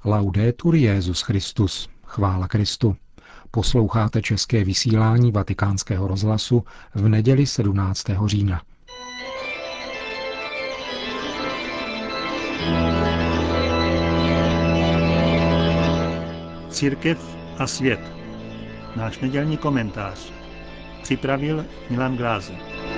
Laudetur Jesus Christus, chvála Kristu. Posloucháte české vysílání Vatikánského rozhlasu v neděli 17. října. Církev a svět. Náš nedělní komentář. Připravil Milan Glázer.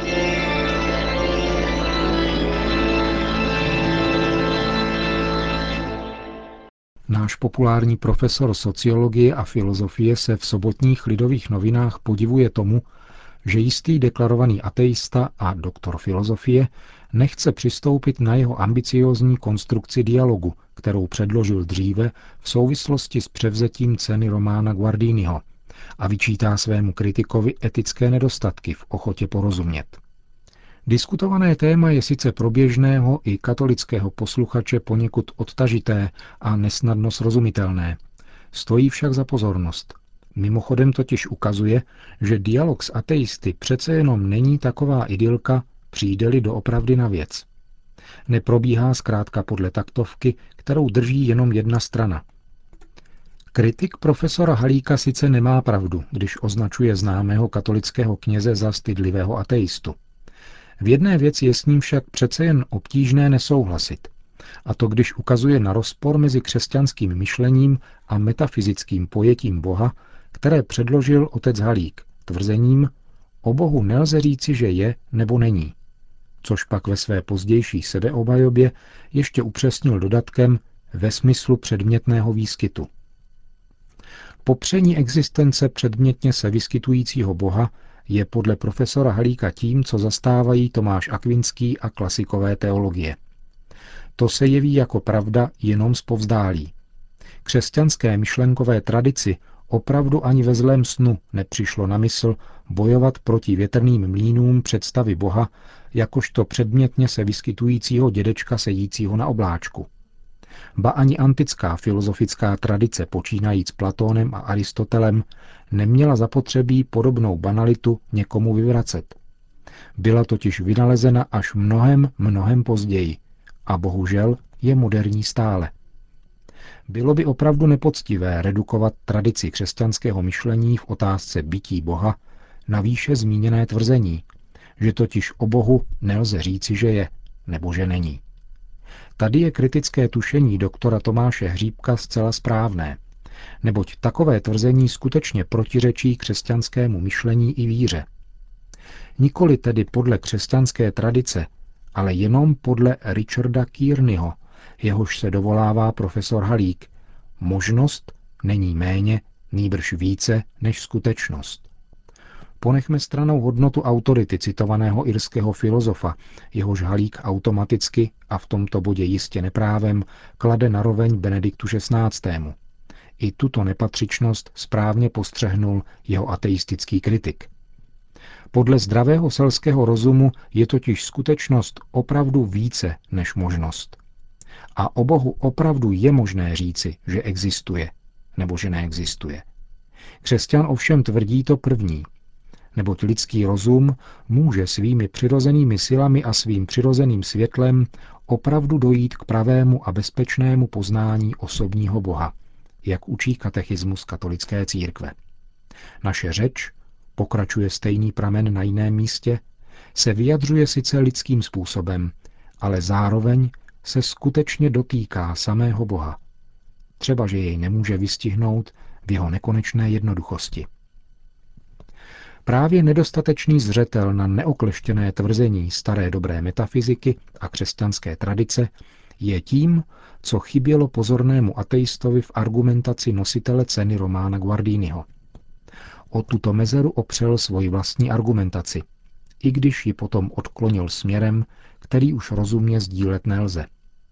Náš populární profesor sociologie a filozofie se v sobotních Lidových novinách podivuje tomu, že jistý deklarovaný ateista a doktor filozofie nechce přistoupit na jeho ambiciózní konstrukci dialogu, kterou předložil dříve v souvislosti s převzetím ceny Romana Guardiniho, a vyčítá svému kritikovi etické nedostatky v ochotě porozumět. Diskutované téma je sice pro běžného i katolického posluchače poněkud odtažité a nesnadno srozumitelné. Stojí však za pozornost. Mimochodem totiž ukazuje, že dialog s ateisty přece jenom není taková idylka, přijde-li doopravdy na věc. Neprobíhá zkrátka podle taktovky, kterou drží jenom jedna strana. Kritik profesora Halíka sice nemá pravdu, když označuje známého katolického kněze za stydlivého ateistu. V jedné věci je s ním však přece jen obtížné nesouhlasit. A to když ukazuje na rozpor mezi křesťanským myšlením a metafyzickým pojetím Boha, které předložil otec Halík, tvrzením, o Bohu nelze říci, že je nebo není. Což pak ve své pozdější sebeobhajobě ještě upřesnil dodatkem ve smyslu předmětného výskytu. Popření existence předmětně se vyskytujícího Boha je podle profesora Halíka tím, co zastávají Tomáš Akvinský a klasikové teologie. To se jeví jako pravda jenom zpovzdálí. Křesťanské myšlenkové tradici opravdu ani ve zlém snu nepřišlo na mysl bojovat proti větrným mlýnům představy Boha jakožto předmětně se vyskytujícího dědečka sedícího na obláčku. Ba ani antická filozofická tradice počínajíc Platónem a Aristotelem neměla zapotřebí podobnou banalitu někomu vyvracet. Byla totiž vynalezena až mnohem později a bohužel je moderní stále. Bylo by opravdu nepoctivé redukovat tradici křesťanského myšlení v otázce bytí Boha na výše zmíněné tvrzení, že totiž o Bohu nelze říci, že je, nebo že není. Tady je kritické tušení doktora Tomáše Hříbka zcela správné, neboť takové tvrzení skutečně protiřečí křesťanskému myšlení i víře. Nikoli tedy podle křesťanské tradice, ale jenom podle Richarda Kearneyho, jehož se dovolává profesor Halík. Možnost není méně, nýbrž více než skutečnost. Ponechme stranou hodnotu autority citovaného irského filozofa, jehož Halík automaticky, a v tomto bodě jistě neprávem, klade na roveň Benediktu XVI. I tuto nepatřičnost správně postřehnul jeho ateistický kritik. Podle zdravého selského rozumu je totiž skutečnost opravdu více než možnost. A o Bohu opravdu je možné říci, že existuje, nebo že neexistuje. Křesťan ovšem tvrdí to první, neboť lidský rozum může svými přirozenými silami a svým přirozeným světlem opravdu dojít k pravému a bezpečnému poznání osobního Boha, jak učí katechismus katolické církve. Naše řeč, pokračuje stejný pramen na jiném místě, se vyjadřuje sice lidským způsobem, ale zároveň se skutečně dotýká samého Boha. Třeba, že jej nemůže vystihnout v jeho nekonečné jednoduchosti. Právě nedostatečný zřetel na neokleštěné tvrzení staré dobré metafyziky a křesťanské tradice je tím, co chybělo pozornému ateistovi v argumentaci nositele ceny Romana Guardiniho. O tuto mezeru opřel svoji vlastní argumentaci, i když ji potom odklonil směrem, který už rozumně sdílet nelze.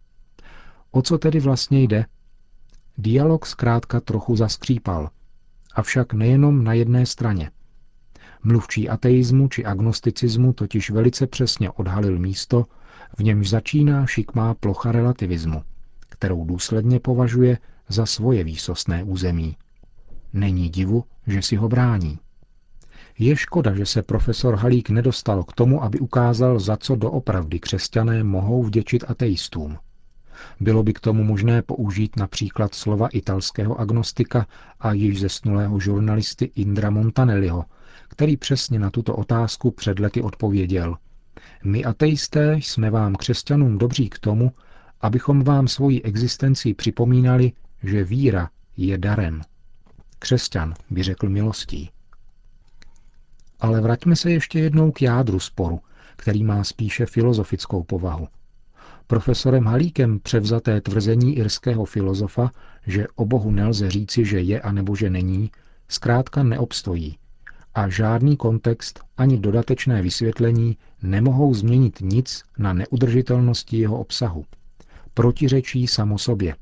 O co tedy vlastně jde? Dialog zkrátka trochu zaskřípal, avšak nejenom na jedné straně. Mluvčí ateismu či agnosticismu totiž velice přesně odhalil místo, v němž začíná šikmá plocha relativismu, kterou důsledně považuje za svoje výsostné území. Není divu, že si ho brání. Je škoda, že se profesor Halík nedostal k tomu, aby ukázal, za co doopravdy křesťané mohou vděčit ateistům. Bylo by k tomu možné použít například slova italského agnostika a již zesnulého žurnalisty Indra Montanelliho, který přesně na tuto otázku před lety odpověděl: My ateisté jsme vám křesťanům dobří k tomu, abychom vám svoji existenci připomínali, že víra je darem. Křesťan by řekl milostí. Ale vraťme se ještě jednou k jádru sporu, který má spíše filozofickou povahu. Profesorem Halíkem převzaté tvrzení irského filozofa, že o Bohu nelze říci, že je anebo že není, zkrátka neobstojí a žádný kontext ani dodatečné vysvětlení nemohou změnit nic na neudržitelnosti jeho obsahu. Protiřečí samo sobě.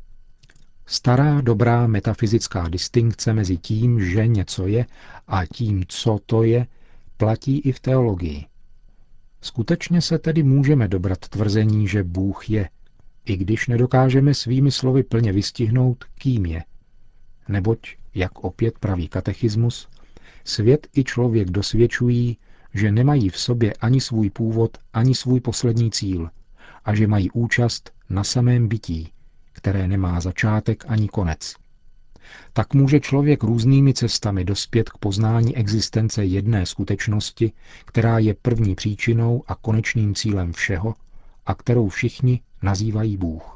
Stará dobrá metafyzická distinkce mezi tím, že něco je, a tím, co to je, platí i v teologii. Skutečně se tedy můžeme dobrat tvrzení, že Bůh je, i když nedokážeme svými slovy plně vystihnout, kým je. Neboť, jak opět praví katechismus, svět i člověk dosvědčují, že nemají v sobě ani svůj původ, ani svůj poslední cíl a že mají účast na samém bytí, které nemá začátek ani konec. Tak může člověk různými cestami dospět k poznání existence jedné skutečnosti, která je první příčinou a konečným cílem všeho a kterou všichni nazývají Bůh.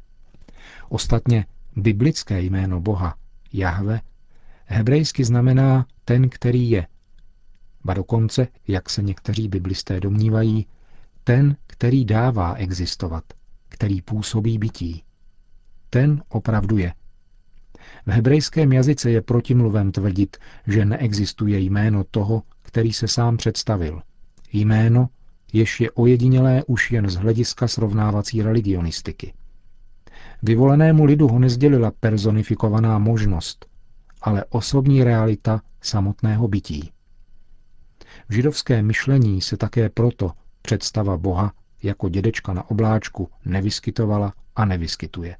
Ostatně biblické jméno Boha, Jahve, hebrejsky znamená ten, který je. Ba dokonce, jak se někteří biblisté domnívají, ten, který dává existovat, který působí bytí. Ten opravdu je. V hebrejském jazyce je protimluvem tvrdit, že neexistuje jméno toho, který se sám představil. Jméno, jež je ojedinělé už jen z hlediska srovnávací religionistiky. Vyvolenému lidu ho nezdělila personifikovaná možnost, ale osobní realita samotného bytí. V židovském myšlení se také proto představa Boha jako dědečka na obláčku nevyskytovala a nevyskytuje.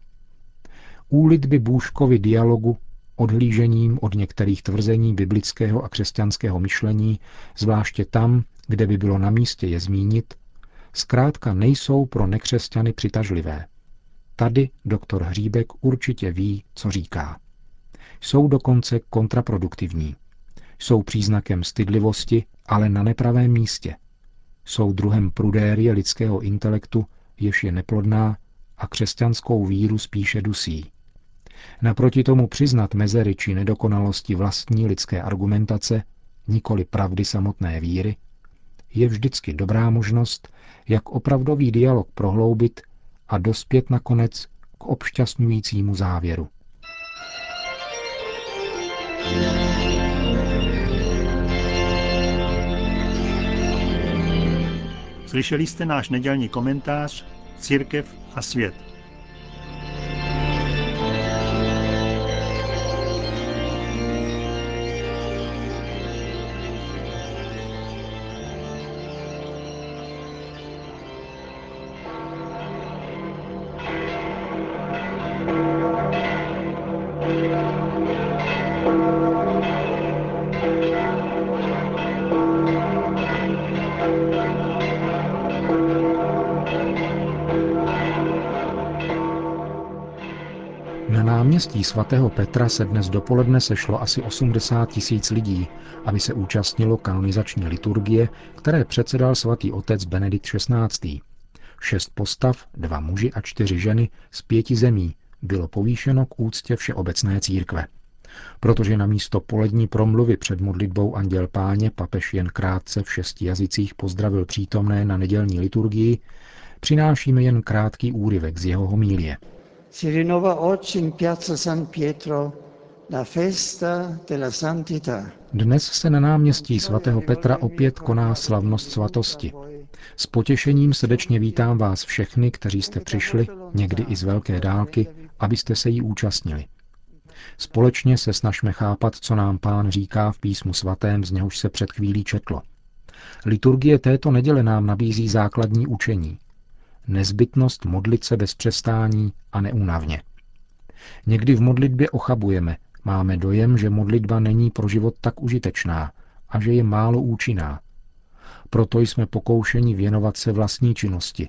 Úlitby Bůžkovy dialogu, odhlížením od některých tvrzení biblického a křesťanského myšlení, zvláště tam, kde by bylo na místě je zmínit, zkrátka nejsou pro nekřesťany přitažlivé. Tady doktor Hříbek určitě ví, co říká. Jsou dokonce kontraproduktivní. Jsou příznakem stydlivosti, ale na nepravém místě. Jsou druhem prudérie lidského intelektu, jež je neplodná a křesťanskou víru spíše dusí. Naproti tomu přiznat mezery či nedokonalosti vlastní lidské argumentace, nikoli pravdy samotné víry, je vždycky dobrá možnost, jak opravdový dialog prohloubit a dospět nakonec k obšťastňujícímu závěru. Slyšeli jste náš nedělní komentář Církev a svět. Na náměstí svatého Petra se dnes dopoledne sešlo asi 80 000 lidí, aby se účastnilo kanonizační liturgie, které předsedal svatý otec Benedikt XVI. 6 postav, 2 muži a 4 ženy z 5 zemí bylo povýšeno k úctě všeobecné církve. Protože na místo polední promluvy před modlitbou Anděl Páně papež jen krátce v 6 jazycích pozdravil přítomné na nedělní liturgii, přinášíme jen krátký úryvek z jeho homilie. Si rinnova oggi in piazza San Pietro la festa della santità. Dnes se na náměstí svatého Petra opět koná slavnost svatosti. S potěšením srdečně vítám vás všechny, kteří jste přišli, někdy i z velké dálky, abyste se jí účastnili. Společně se snažme chápat, co nám Pán říká v písmu svatém, z něhož se před chvílí četlo. Liturgie této neděle nám nabízí základní učení. Nezbytnost modlit se bez přestání a neúnavně. Někdy v modlitbě ochabujeme, máme dojem, že modlitba není pro život tak užitečná a že je málo účinná. Proto jsme pokoušeni věnovat se vlastní činnosti,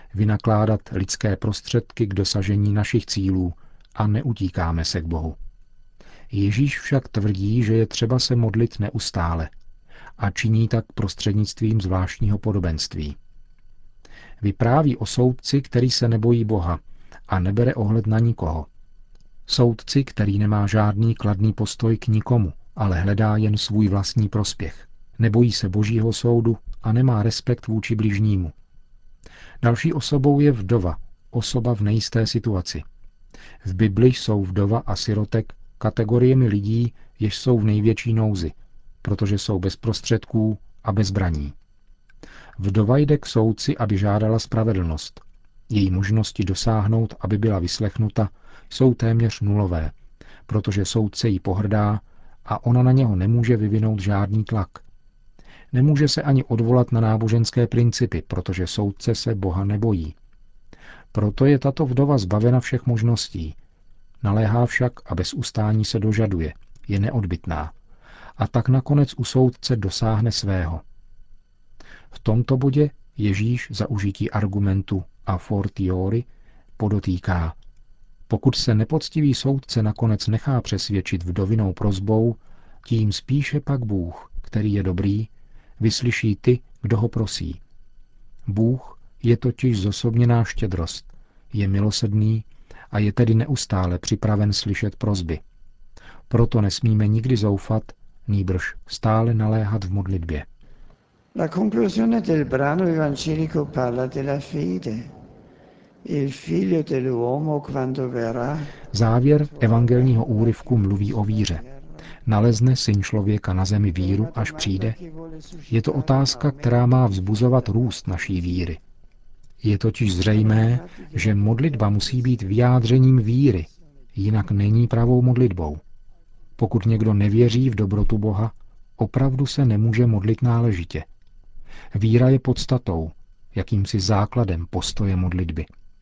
vynakládat lidské prostředky k dosažení našich cílů a neutíkáme se k Bohu. Ježíš však tvrdí, že je třeba se modlit neustále a činí tak prostřednictvím zvláštního podobenství. Vypráví o soudci, který se nebojí Boha a nebere ohled na nikoho. Soudci, který nemá žádný kladný postoj k nikomu, ale hledá jen svůj vlastní prospěch. Nebojí se Božího soudu a nemá respekt vůči bližnímu. Další osobou je vdova, osoba v nejisté situaci. V Bibli jsou vdova a sirotek kategoriemi lidí, jež jsou v největší nouzi, protože jsou bez prostředků a bez zbraní. Vdova jde k soudci, aby žádala spravedlnost. Její možnosti dosáhnout, aby byla vyslechnuta, jsou téměř nulové, protože soudce jí pohrdá a ona na něho nemůže vyvinout žádný tlak. Nemůže se ani odvolat na náboženské principy, protože soudce se Boha nebojí. Proto je tato vdova zbavena všech možností. Naléhá však a bez ustání se dožaduje, je neodbytná. A tak nakonec u soudce dosáhne svého. V tomto bodě Ježíš za užití argumentu a fortiori podotýká: pokud se nepoctivý soudce nakonec nechá přesvědčit vdovinou prosbou, tím spíše pak Bůh, který je dobrý, vyslyší ty, kdo ho prosí. Bůh je totiž zosobněná štědrost, je milosrdný a je tedy neustále připraven slyšet prosby. Proto nesmíme nikdy zoufat, nýbrž stále naléhat v modlitbě. La conclusione del brano evangelico parla della fede. Il figlio dell'uomo quando verrà. Závěr evangelního úryvku mluví o víře. Nalezne Syn člověka na zemi víru, až přijde? Je to otázka, která má vzbuzovat růst naší víry. Je totiž zřejmé, že modlitba musí být vyjádřením víry, jinak není pravou modlitbou. Pokud někdo nevěří v dobrotu Boha, opravdu se nemůže modlit náležitě. Víra je podstatou, jakýmsi základem postoje modlitby.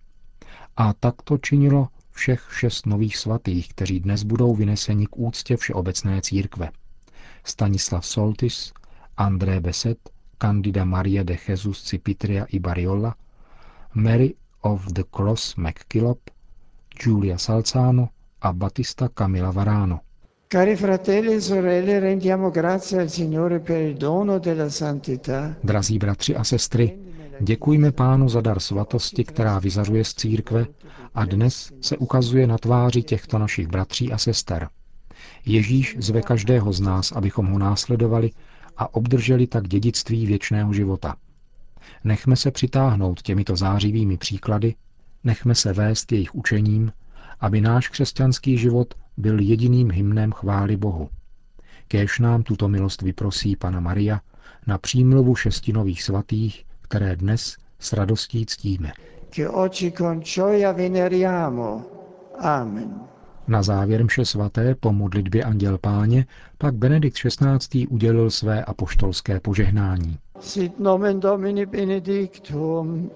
A tak to činilo všech 6 nových svatých, kteří dnes budou vyneseni k úctě Všeobecné církve. Stanislav Soltis, André Besset, Candida Maria de Jesus Cipitria i Bariola, Mary of the Cross McKillop, Giulia Salzano a Battista Camilla Varano. Cari fratelli e sorelle, rendiamo grazie al Signore per il dono della santità. Drazí bratři a sestry, děkujme Pánu za dar svatosti, která vyzařuje z církve a dnes se ukazuje na tváři těchto našich bratří a sester. Ježíš zve každého z nás, abychom ho následovali a obdrželi tak dědictví věčného života. Nechme se přitáhnout těmito zářivými příklady, nechme se vést jejich učením, aby náš křesťanský život byl jediným hymnem chvály Bohu. Kéž nám tuto milost vyprosí Panna Maria na přímluvu 6 nových svatých, které dnes s radostí ctíme. Che oggi con gioia veneriamo. Amen. Na závěr mše svaté po modlitbě Anděl Páně pak Benedikt XVI. Udělil své apoštolské požehnání. Sit nomen Domini benedictum.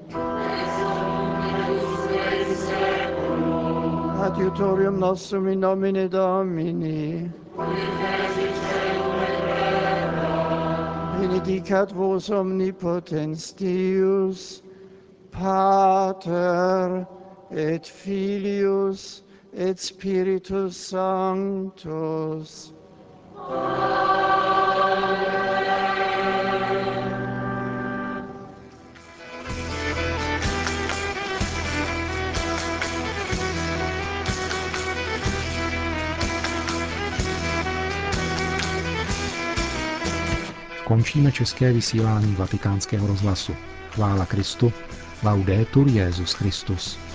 Adiutorium nostrum in nomine Domini. Benedicat vos omnipotens Deus, Pater et Filius et Spiritus Sanctus. Končíme české vysílání Vatikánského rozhlasu. Chvála Kristu. Laudetur Jesus Christus.